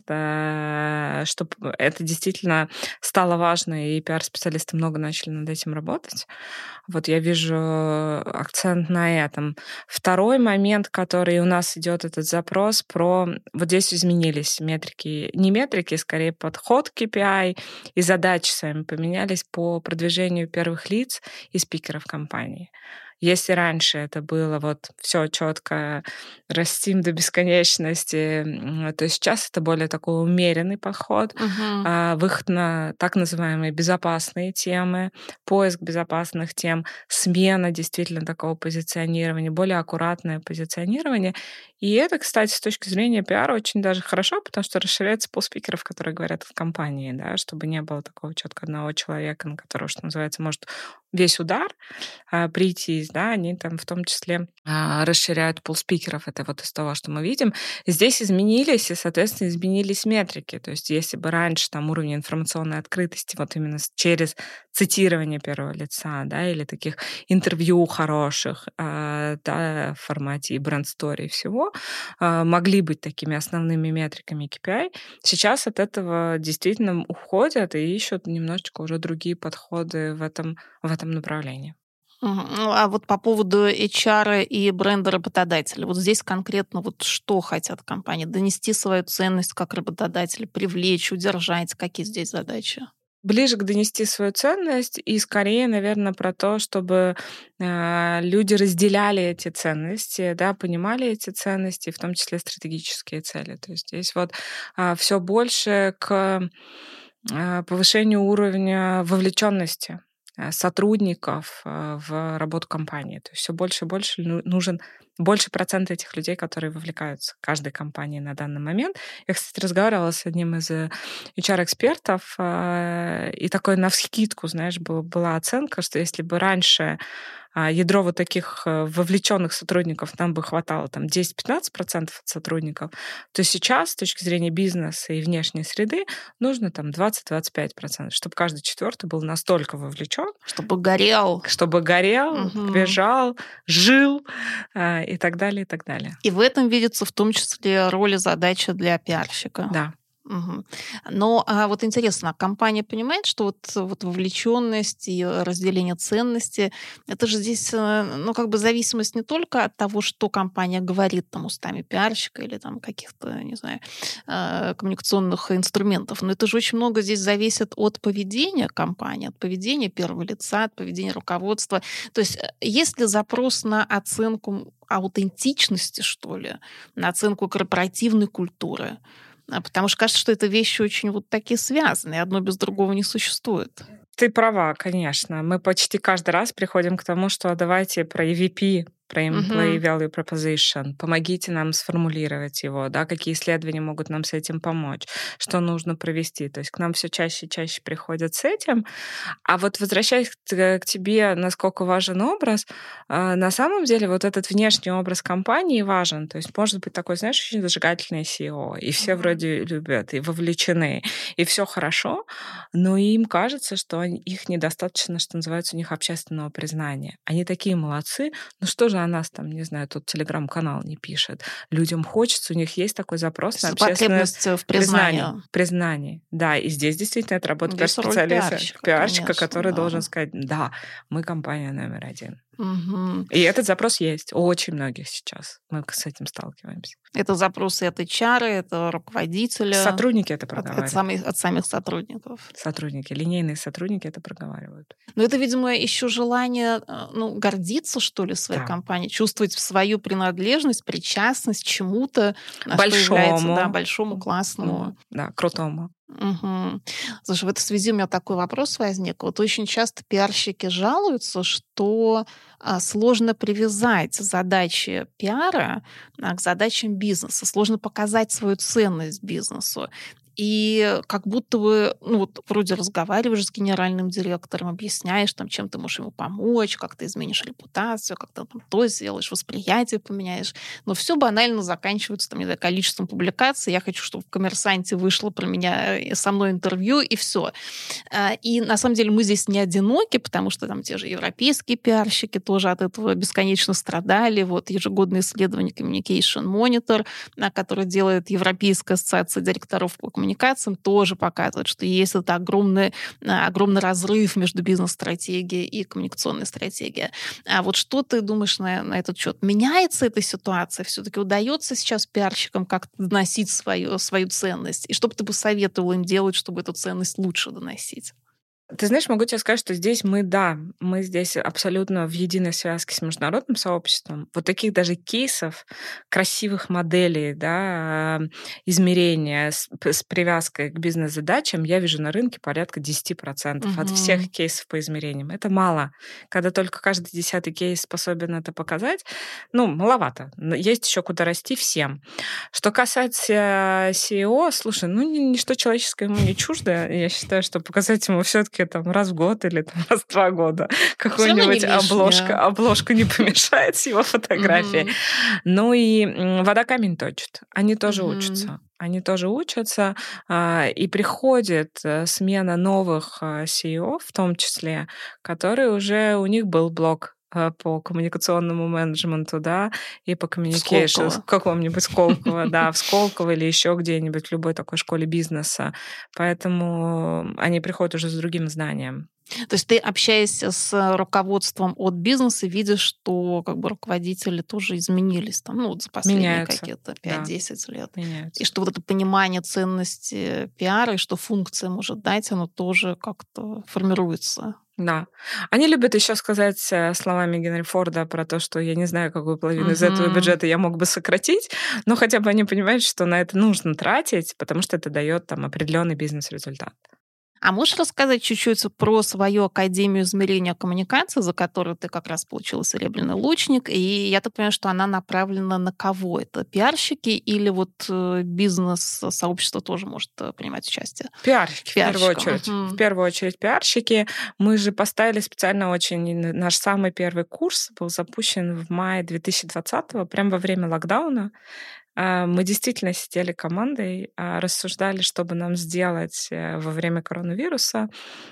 B: э, что п- это действительно стало важно, и пиар-специалисты много начали над этим работать. Вот я вижу акцент на этом. Второй момент, который у нас идет, этот запрос про... Вот здесь изменились метрики, не метрики, скорее подход к кей пи ай, и задачи сами поменялись по продвижению первых лиц и спикеров компании. Если раньше это было вот все четко, растим до бесконечности, м, то сейчас это более такой умеренный подход,
A: Мгм.
B: а, выход на так называемые безопасные темы, поиск безопасных тем, смена действительно такого позиционирования, более аккуратное позиционирование. И это, кстати, с точки зрения пиара очень даже хорошо, потому что расширяется пул спикеров, которые говорят от компании, да, чтобы не было такого четко одного человека, на которого, что называется, может весь удар а, прийтись, да, они там в том числе а, расширяют пул спикеров. Это вот из того, что мы видим. Здесь изменились, и, соответственно, изменились метрики. То есть если бы раньше там уровень информационной открытости вот именно с- через цитирование первого лица, да, или таких интервью хороших, а, да, в формате и бренд-стори и всего, а, могли быть такими основными метриками кей пи ай. Сейчас от этого действительно уходят и ищут немножечко уже другие подходы в этом, в этом направлении.
A: Мгм. Ну, а вот по поводу эйч ар и бренда работодателя. Вот здесь конкретно вот что хотят компании? Донести свою ценность как работодатель, привлечь, удержать? Какие здесь задачи?
B: Ближе к донести свою ценность и скорее, наверное, про то, чтобы а, люди разделяли эти ценности, да, понимали эти ценности, в том числе стратегические цели. То есть здесь вот все больше к а, повышению уровня вовлеченности а, сотрудников а, в работу компании. То есть все больше и больше ну- нужен больше процент этих людей, которые вовлекаются каждой компании на данный момент. Я, кстати, разговаривала с одним из э, эйч ар-экспертов, а, и такой навскидку, знаешь, был- была оценка, что если бы раньше а, ядро вот таких э, вовлеченных сотрудников нам бы хватало там десять-пятнадцать процентов от сотрудников, то сейчас с точки зрения бизнеса и внешней среды нужно там двадцать-двадцать пять процентов, чтобы каждый четвертый был настолько вовлечен,
A: Чтобы горел.
B: чтобы горел,
A: Мгм.
B: бежал, жил а, и так далее, и так далее.
A: И в этом видится в том числе роль и задача для пиарщика.
B: Да.
A: Мгм. Но а вот интересно, а компания понимает, что вот, вот вовлеченность и разделение ценностей, это же здесь, э, ну, как бы зависимость не только от того, что компания говорит там устами пиарщика или там каких-то, не знаю, э, коммуникационных инструментов, но это же очень много здесь зависит от поведения компании, от поведения первого лица, от поведения руководства. То есть э, есть ли запрос на оценку аутентичности, что ли, на оценку корпоративной культуры? А, потому что кажется, что это вещи очень вот такие связанные, одно без другого не существует.
B: Ты права, конечно. Мы почти каждый раз приходим к тому, что «А давайте про и ви пи, про Employee
A: Мгм.
B: Value Proposition, помогите нам сформулировать его, да, какие исследования могут нам с этим помочь, что нужно провести. То есть к нам все чаще и чаще приходят с этим. А вот возвращаясь к, т- к тебе, насколько важен образ, а, на самом деле вот этот внешний образ компании важен. То есть может быть такой, знаешь, очень зажигательный си и о, и все
A: Мгм.
B: вроде любят, и вовлечены, и все хорошо, но им кажется, что они- их недостаточно, что называется, у них общественного признания. Они такие молодцы, ну что же о нас там, не знаю, тут телеграм-канал не пишет. Людям хочется, у них есть такой запрос на
A: С
B: общественное
A: потребность в
B: признание.
A: признании.
B: Признание. Да, и здесь действительно это работа
A: Здесь роль
B: пиар-специалиста,
A: пиарщика,
B: пиарщика,
A: конечно,
B: который
A: да.
B: должен сказать, да, мы компания номер один.
A: Мгм.
B: И этот запрос есть у очень многих сейчас. Мы с этим сталкиваемся.
A: Это запросы от эйч ар, это руководителя,
B: Сотрудники это
A: от, от
B: проговаривают.
A: самих, от самих сотрудников.
B: Сотрудники, линейные сотрудники это проговаривают.
A: Но это, видимо, еще желание э, ну, гордиться, что ли, своей
B: Да.
A: компанией, чувствовать свою принадлежность, причастность к чему-то, а что является, да,
B: Большому,
A: большому, классному.
B: м, да, крутому.
A: Мгм. Слушай, в этой связи у меня такой вопрос возник. Вот очень часто пиарщики жалуются, что а, сложно привязать задачи пиара а, к задачам бизнеса, сложно показать свою ценность бизнесу. И как будто бы, ну вот вроде разговариваешь с генеральным директором, объясняешь, там, чем ты можешь ему помочь, как ты изменишь репутацию, как ты там то сделаешь, восприятие поменяешь. Но все банально заканчивается там, не знаю, количеством публикаций. Я хочу, чтобы в «Коммерсанте» вышло про меня э, со мной интервью, и все. И на самом деле мы здесь не одиноки, потому что там те же европейские пиарщики тоже от этого бесконечно страдали. Вот ежегодное исследование Communication Monitor, а, которое делает Европейская ассоциация директоров по коммуникациям, тоже показывает, что есть это огромный, а, огромный разрыв между бизнес-стратегией и коммуникационной стратегией. А вот что ты думаешь на, на этот счет? Меняется эта ситуация? Все-таки удается сейчас пиарщикам как-то доносить свою, свою ценность? И что бы ты посоветовал им делать, чтобы эту ценность лучше доносить?
B: Ты знаешь, могу тебе сказать, что здесь мы, да, мы здесь абсолютно в единой связке с международным сообществом. Вот таких даже кейсов, красивых моделей, да, измерения с, с привязкой к бизнес-задачам я вижу на рынке порядка десять процентов
A: Угу.
B: от всех кейсов по измерениям. Это мало. Когда только каждый десятый кейс способен это показать, ну, маловато. Есть еще куда расти всем. Что касается си и о, слушай, ну, ничто человеческое ему не чуждо. Я считаю, что показать ему все-таки там раз в год или там, раз в два года какую-нибудь обложка, обложку не помешает с его фотографией. Mm-hmm. Ну и вода камень точит. Они тоже mm-hmm. учатся. Они тоже учатся, и приходит смена новых си и о, в том числе, которые уже у них был блог по коммуникационному менеджменту, да, и по коммуникейшн в каком-нибудь Сколково, да, в Сколково или еще где-нибудь в любой такой школе бизнеса. Поэтому они приходят уже с другим знанием.
A: То есть ты, общаясь с руководством от бизнеса, видишь, что как бы руководители тоже изменились там, ну, вот за последние Меняются. какие-то пять-десять да. лет.
B: Меняются.
A: И что вот это понимание ценности пиара, и что функция может дать, оно тоже как-то формируется.
B: Да. Они любят еще сказать словами Генри Форда про то, что я не знаю, какую половину uh-huh. из этого бюджета я мог бы сократить, но хотя бы они понимают, что на это нужно тратить, потому что это дает там определенный бизнес-результат.
A: А можешь рассказать чуть-чуть про свою Академию измерения коммуникации, за которую ты как раз получила серебряный лучник? И я так понимаю, что она направлена на кого? Это пиарщики или вот бизнес-сообщество тоже может принимать участие?
B: Пиарщики, в первую очередь. Uh-huh. В первую очередь пиарщики. Мы же поставили специально очень... Наш самый первый курс был запущен в мае две тысячи двадцатого, прямо во время локдауна. Мы действительно сидели командой, рассуждали, что бы нам сделать во время коронавируса.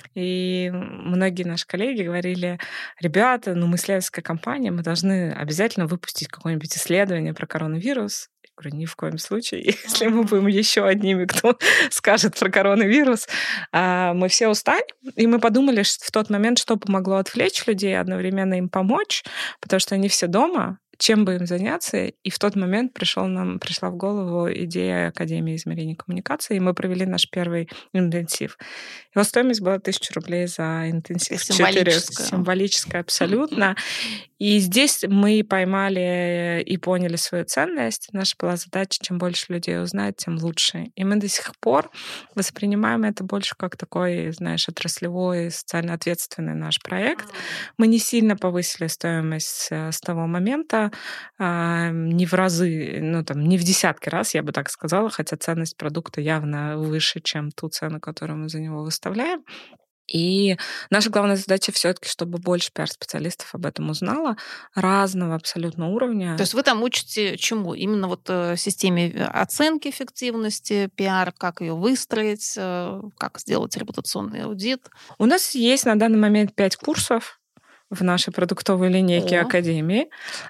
B: И многие наши коллеги говорили: ребята, ну мы исследовательская компания, мы должны обязательно выпустить какое-нибудь исследование про коронавирус. Я говорю, ни в коем случае. Если мы будем еще одними, кто скажет про коронавирус, мы все устали. И мы подумали что в тот момент, что помогло отвлечь людей, одновременно им помочь, потому что они все дома, чем бы им заняться. И в тот момент пришел нам, пришла в голову идея Академии измерения коммуникации, и мы провели наш первый интенсив. Его стоимость была тысяча рублей за интенсив.
A: Символическая.
B: Символическая, абсолютно. И здесь мы поймали и поняли свою ценность. Наша была задача, чем больше людей узнать, тем лучше. И мы до сих пор воспринимаем это больше как такой, знаешь, отраслевой, социально ответственный наш проект. Мы не сильно повысили стоимость с того момента, не в разы, ну там, не в десятки раз, я бы так сказала, хотя ценность продукта явно выше, чем ту цену, которую мы за него выставляем. И наша главная задача все-таки, чтобы больше пиар-специалистов об этом узнало, разного абсолютно уровня.
A: То есть вы там учите чему? Именно вот системе оценки эффективности пиар, как ее выстроить, как сделать репутационный аудит?
B: У нас есть на данный момент пять курсов в нашей продуктовой линейке О. Академии.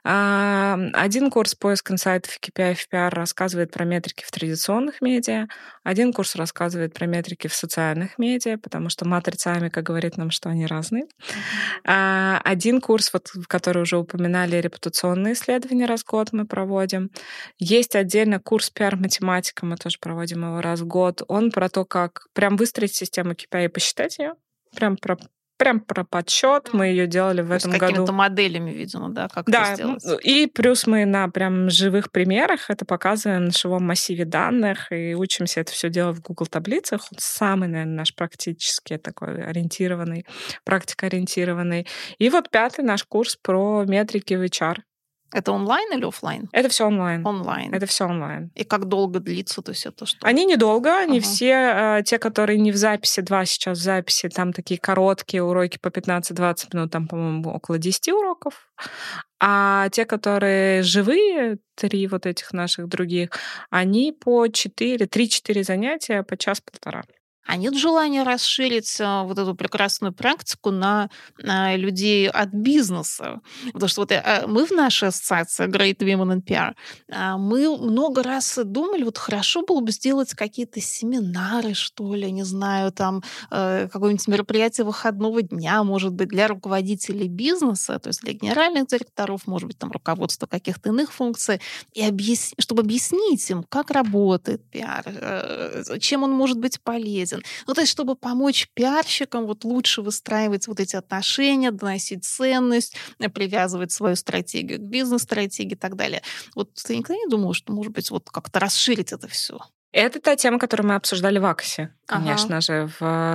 B: Один курс «Поиск инсайтов и кей пи ай в пиар» рассказывает про метрики в традиционных медиа. Один курс рассказывает про метрики в социальных медиа, потому что матрица Амика говорит нам, что они разные. Mm-hmm. Один курс, вот, который уже упоминали, репутационные исследования раз в год мы проводим. Есть отдельно курс «Пиар-математика», мы тоже проводим его раз в год. Он про то, как прям выстроить систему кей пи ай и посчитать ее. Прям про Прям про подсчет. Мы ее делали в
A: То
B: этом
A: есть
B: году.
A: какими-то моделями, видимо, да, как
B: да,
A: это сделать.
B: И плюс мы на прям живых примерах это показываем на живом массиве данных и учимся это все делать в Google таблицах. Самый, наверное, наш практически такой ориентированный, практикоориентированный. И вот пятый наш курс про метрики в эйч ар.
A: Это онлайн или офлайн?
B: Это все онлайн.
A: Онлайн.
B: Это все онлайн.
A: И как долго длится, то есть это что?
B: Они недолго, они ага. все, те, которые не в записи, два сейчас в записи, там такие короткие уроки по пятнадцать-двадцать минут, там, по-моему, около десять уроков. А те, которые живые, три вот этих наших других, они по четыре, три-четыре занятия по час-полтора.
A: А нет желания расширить вот эту прекрасную практику на, на людей от бизнеса? Потому что вот мы в нашей ассоциации Great Women in пи ар, мы много раз думали, вот хорошо было бы сделать какие-то семинары, что ли, не знаю, там какое-нибудь мероприятие выходного дня, может быть, для руководителей бизнеса, то есть для генеральных директоров, может быть, там руководства каких-то иных функций, и объяс... чтобы объяснить им, как работает пиар, чем он может быть полезен, полезен. Ну, то есть, чтобы помочь пиарщикам вот лучше выстраивать вот эти отношения, доносить ценность, э, привязывать свою стратегию к бизнес-стратегии и так далее. Вот ты никогда не думала, что, может быть, вот как-то расширить это все?
B: Это та тема, которую мы обсуждали в Аксе,
A: Ага.
B: конечно же,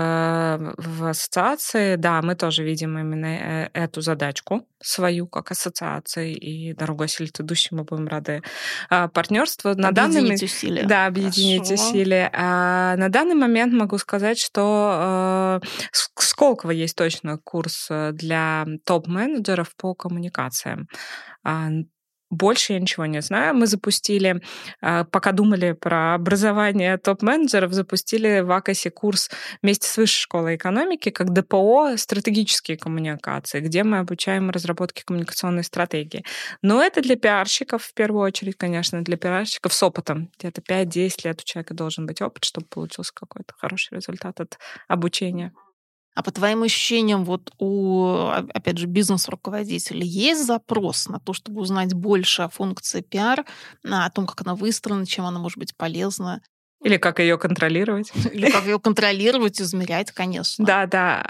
B: в, в ассоциации. Да, мы тоже видим именно э- эту задачку свою как ассоциации, и дорогу осилит идущим мы будем рады а, партнерству. На данный
A: Объединить
B: м-
A: усилия.
B: Да, объединить
A: Хорошо.
B: усилия. А на данный момент могу сказать, что э, с- в Сколково есть точно курс э, для топ-менеджеров по коммуникациям. А, Больше я ничего не знаю. Мы запустили, а, пока думали про образование топ-менеджеров, запустили в Акасе курс вместе с Высшей школой экономики как ДПО «Стратегические коммуникации», где мы обучаем разработке коммуникационной стратегии. Но это для пиарщиков, в первую очередь, конечно, для пиарщиков с опытом. Где-то пять-десять лет у человека должен быть опыт, чтобы получился какой-то хороший результат от обучения.
A: А по твоим ощущениям, вот у, а- опять же, бизнес-руководителей есть запрос на то, чтобы узнать больше о функции пиар, а, о том, как она выстроена, чем она может быть полезна,
B: Или как ее контролировать.
A: или как ее контролировать, измерять, конечно.
B: Да, да.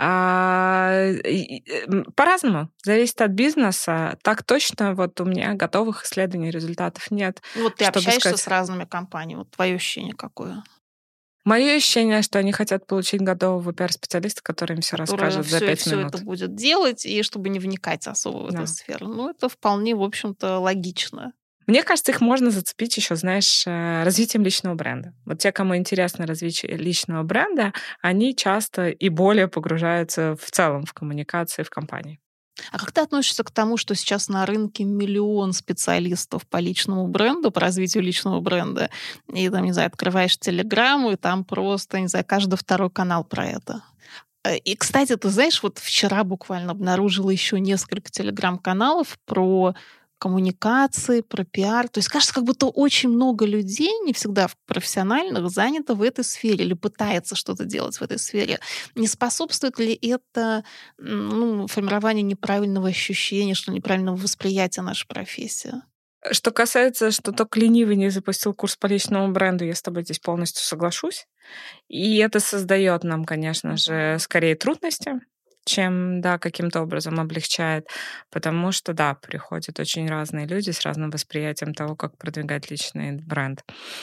B: А, и- и, м, По-разному. Зависит от бизнеса. Так точно вот у меня готовых исследований, результатов нет.
A: Ну, вот ты
B: Чтобы
A: общаешься
B: сказать,
A: с разными компаниями. Вот твое ощущение какое?
B: мое ощущение, что они хотят получить готового пиар-специалиста, который им все
A: Которая
B: расскажет за
A: все,
B: пять
A: все это
B: минут.
A: будет делать, и чтобы не вникать особо в эту
B: Да.
A: сферу. Ну, это вполне, в общем-то, логично.
B: Мне кажется, их можно зацепить еще, знаешь, э, развитием личного бренда. Вот те, кому интересно развитие личного бренда, они часто и более погружаются в целом в коммуникации в компании.
A: А как ты относишься к тому, что сейчас на рынке миллион специалистов по личному бренду, по развитию личного бренда, и там, не знаю, открываешь Телеграм, и там просто, не знаю, каждый второй канал про это. Э, И, кстати, ты знаешь, вот вчера буквально обнаружила еще несколько телеграм-каналов про коммуникации, про пиар. То есть, кажется, как будто очень много людей, не всегда в профессиональных, занято в этой сфере или пытается что-то делать в этой сфере. Не способствует ли это м, ну, формированию неправильного ощущения, что ли, неправильного восприятия нашей профессии?
B: Что касается, что только ленивый не запустил курс по личному бренду, я с тобой здесь полностью соглашусь. И это создает нам, конечно же, скорее трудности, чем, да, каким-то образом облегчает, потому что, да, приходят очень разные люди с разным восприятием того, как продвигать личный бренд.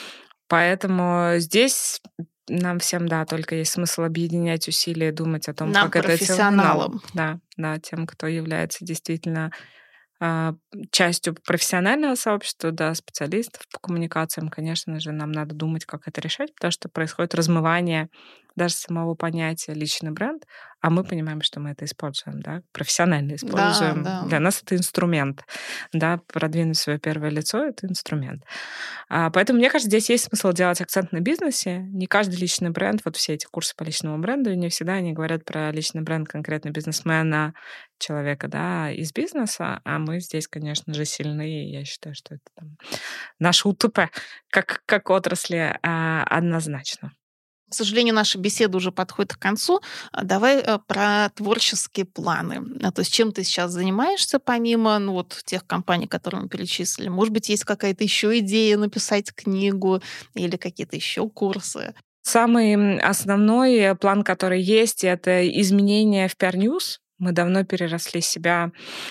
B: Поэтому здесь нам всем, да, только есть смысл объединять усилия, думать о том,
A: Нам,
B: как это делать.
A: профессионалам.
B: Да, да, тем, кто является действительно а, частью профессионального сообщества, да, специалистов по коммуникациям, конечно же, нам надо думать, как это решать, потому что происходит размывание даже самого понятия личный бренд, а мы понимаем, что мы это используем, да, профессионально
A: Да,
B: используем.
A: да.
B: Для нас это инструмент, да, продвинуть свое первое лицо — это инструмент. А, Поэтому, мне кажется, здесь есть смысл делать акцент на бизнесе. Не каждый личный бренд, вот все эти курсы по личному бренду, не всегда они говорят про личный бренд конкретно бизнесмена, человека, да, из бизнеса, а мы здесь, конечно же, сильны, и я считаю, что это там наше УТП как, как отрасли а, однозначно.
A: К сожалению, наша беседа уже подходит к концу. А Давай э, про творческие планы. А, То есть чем ты сейчас занимаешься, помимо ну, вот, тех компаний, которые мы перечислили? Может быть, есть какая-то еще идея написать книгу или какие-то еще курсы?
B: Самый м, основной план, который есть, это изменения в пиар News. Мы давно переросли себя,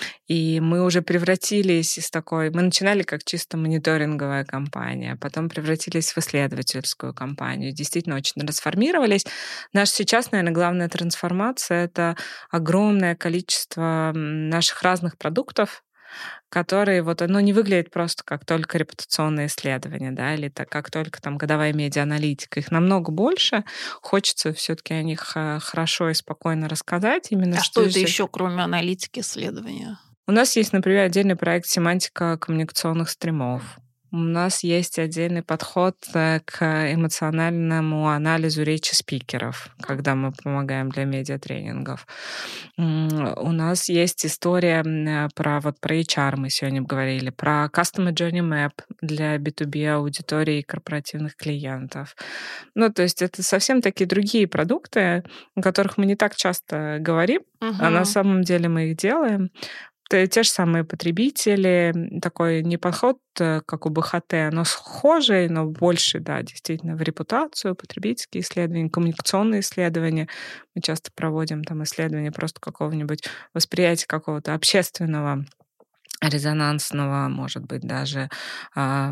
B: и мы уже превратились из такой... Мы начинали как чисто мониторинговая компания, потом превратились в исследовательскую компанию. Действительно, очень расформировались. Наша сейчас, наверное, главная трансформация — это огромное количество м, наших разных продуктов, которые вот оно не выглядит просто как только репутационные исследования, да, или так, как только там годовая медиа-аналитика. Их намного больше. Хочется все-таки о них э, хорошо и спокойно рассказать. Именно
A: А
B: что
A: что это
B: здесь-
A: еще, кроме аналитики исследования?
B: У нас есть, например, отдельный проект «Семантика коммуникационных стримов». У нас есть отдельный подход э, к эмоциональному анализу речи спикеров, когда мы помогаем для медиатренингов. М, У нас есть история м, э, про, вот, про эйч ар, мы сегодня говорили, про Customer Journey Map для би ту би аудитории и корпоративных клиентов. Ну, то есть это совсем такие другие продукты, о которых мы не так часто говорим, а на
A: Мгм.
B: самом деле мы их делаем. те, те же самые потребители, такой не подход, как у бэ ха тэ, но схожий, но больше, да, действительно, в репутацию, потребительские исследования, коммуникационные исследования. Мы часто проводим там исследования просто какого-нибудь восприятия какого-то общественного, резонансного, может быть, даже э,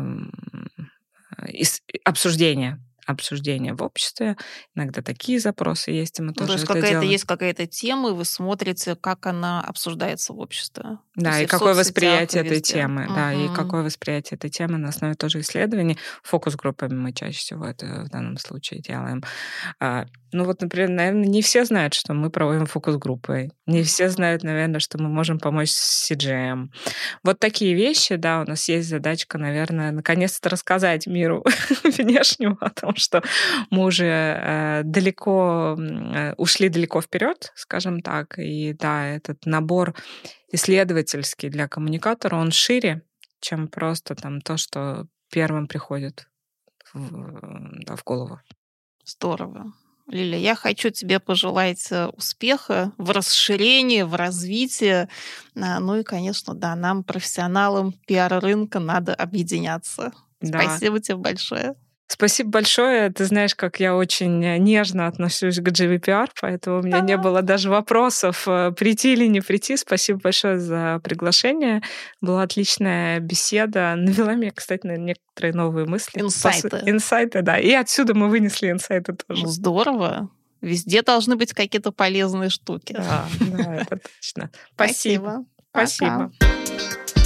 B: обсуждения. обсуждения в обществе. Иногда такие запросы есть, и мы
A: Ну,
B: тоже
A: то есть
B: это
A: какая-то
B: делаем.
A: есть какая-то тема, и вы смотрите, как она обсуждается в обществе. То
B: Да,
A: есть
B: и
A: в
B: какое
A: соцсетях,
B: восприятие
A: и
B: этой
A: везде.
B: темы. Да, и
A: Мгм.
B: какое восприятие этой темы на основе тоже исследований. Фокус-группами мы чаще всего это в данном случае делаем. А, ну вот, например, наверное, не все знают, что мы проводим фокус-группы. Не все знают, наверное, что мы можем помочь с си джи эм. Вот такие вещи, да, у нас есть задачка, наверное, наконец-то рассказать миру внешнему о том, что мы уже э, далеко, э, ушли далеко вперед, скажем так. И да, этот набор исследовательский для коммуникатора, он шире, чем просто там то, что первым приходит в, да, в голову.
A: Здорово. Лиля, я хочу тебе пожелать э, успеха в расширении, в развитии. А, Ну и, конечно, да, нам, профессионалам пиар-рынка, надо объединяться.
B: Да.
A: Спасибо тебе большое.
B: Спасибо большое. Ты знаешь, как я очень нежно отношусь к джи ви пи ар, поэтому у меня не было даже вопросов, э, прийти или не прийти. Спасибо большое за приглашение. Была отличная беседа. Навела меня, кстати, на некоторые новые мысли.
A: Инсайты.
B: Инсайты, да. И отсюда мы вынесли инсайты тоже.
A: Ну, здорово. Везде должны быть какие-то полезные штуки.
B: Да, да, это точно. Спасибо.
A: Спасибо.
B: Спасибо.
A: Пока.